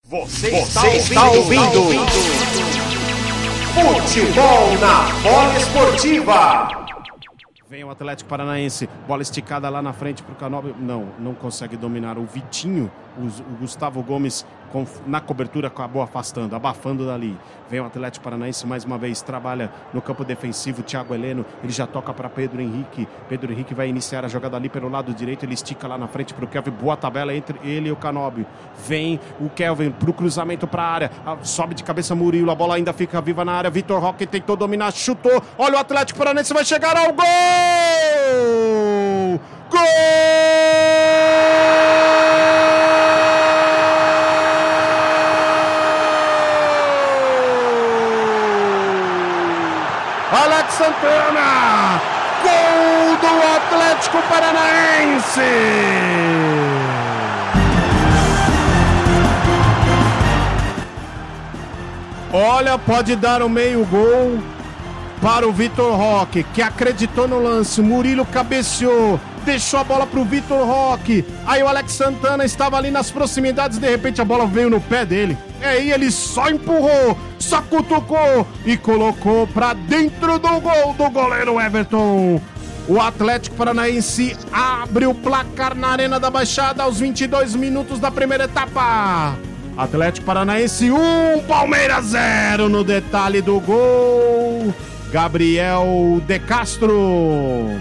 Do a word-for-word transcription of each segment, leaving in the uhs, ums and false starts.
Você, Você está, ouvindo, está ouvindo Futebol na Bola Esportiva. Vem o Atlético Paranaense, bola esticada lá na frente para o Canóbio. Não, não consegue dominar o Vitinho. O Gustavo Gomes com, na cobertura acabou afastando, abafando dali. Vem o Atlético Paranaense mais uma vez, trabalha no campo defensivo. Thiago Heleno, ele já toca para Pedro Henrique. Pedro Henrique vai iniciar a jogada ali pelo lado direito. Ele estica lá na frente para o Kelvin. Boa tabela entre ele e o Canóbio. Vem o Kelvin para o cruzamento para a área. Sobe de cabeça Murilo. A bola ainda fica viva na área. Vitor Roque tentou dominar, chutou. Olha o Atlético Paranaense, vai chegar ao gol! Gol! Alex Santana! Gol do Atlético Paranaense! Olha, pode dar o meio gol para o Vitor Roque, que acreditou no lance. Murilo cabeceou, deixou a bola para o Vitor Roque. Aí o Alex Santana estava ali nas proximidades, de repente a bola veio no pé dele. E aí ele só empurrou, só cutucou e colocou para dentro do gol do goleiro Everton. O Atlético Paranaense abre o placar na Arena da Baixada aos vinte e dois minutos da primeira etapa. Atlético Paranaense um, Palmeiras zero no detalhe do gol. Gabriel De Castro.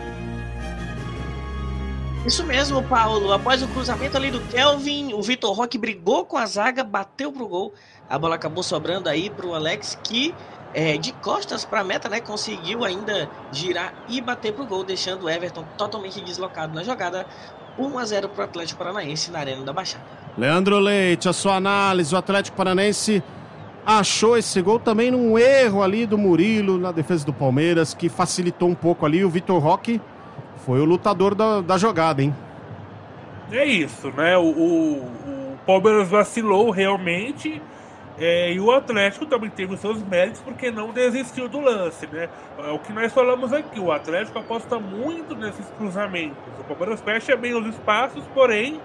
Isso mesmo, Paulo. Após o cruzamento ali do Kelvin, o Vitor Roque brigou com a zaga, bateu pro gol. A bola acabou sobrando aí pro Alex, que é, de costas para a meta, né, conseguiu ainda girar e bater pro gol, deixando o Everton totalmente deslocado na jogada. um a zero pro Atlético Paranaense na Arena da Baixada. Leandro Leite, a sua análise. O Atlético Paranaense achou esse gol também num erro ali do Murilo na defesa do Palmeiras, que facilitou um pouco ali. O Vitor Roque foi o lutador da, da jogada, hein? É isso, né? O, o, o Palmeiras vacilou realmente, é, e o Atlético também teve os seus méritos porque não desistiu do lance, né? É o que nós falamos aqui, o Atlético aposta muito nesses cruzamentos. O Palmeiras fecha bem os espaços, porém,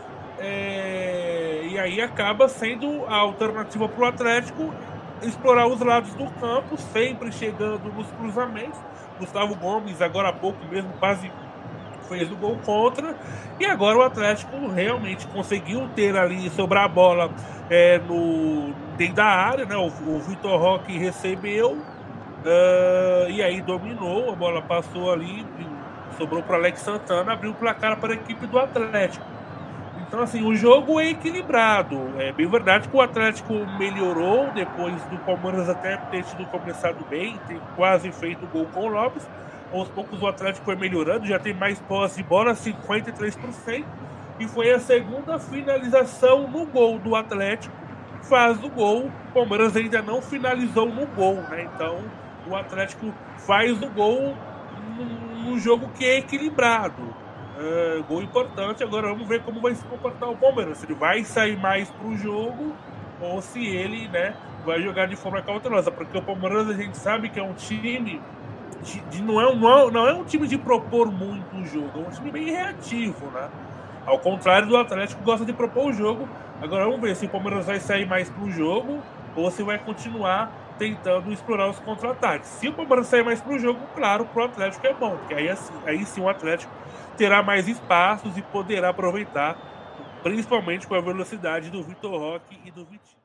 é, e aí acaba sendo a alternativa para o Atlético explorar os lados do campo, sempre chegando nos cruzamentos. Gustavo Gomes, agora há pouco mesmo, quase fez o gol contra. E agora o Atlético realmente conseguiu ter ali, sobrar a bola é, no, dentro da área, né? O, o Vitor Roque recebeu uh, e aí dominou, a bola passou ali, sobrou para Alex Santana, abriu o placar para a equipe do Atlético. Então, assim, o jogo é equilibrado. É bem verdade que o Atlético melhorou depois do Palmeiras até ter tido começado bem, ter quase feito gol com o Lopes. Aos poucos o Atlético foi melhorando, já tem mais posse de bola, cinquenta e três por cento. E foi a segunda finalização no gol do Atlético. Faz o gol, o Palmeiras ainda não finalizou no gol, né? Então, o Atlético faz o gol num jogo que é equilibrado. Uh, gol importante, agora vamos ver como vai se comportar o Palmeiras, se ele vai sair mais pro jogo ou se ele, né, vai jogar de forma cautelosa, porque o Palmeiras a gente sabe que é um time de, de, não, é, não, é, não é um time de propor muito o jogo, é um time bem reativo, né? Ao contrário do Atlético, que gosta de propor o jogo. Agora vamos ver se o Palmeiras vai sair mais pro jogo ou se vai continuar tentando explorar os contra-ataques. Se o Palmeiras sair mais pro jogo, claro, pro Atlético é bom, porque aí, assim, aí sim o Atlético terá mais espaços e poderá aproveitar, principalmente com a velocidade do Vitor Roque e do Vitinho.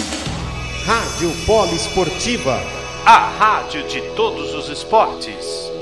Rádio Bola Esportiva, a rádio de todos os esportes.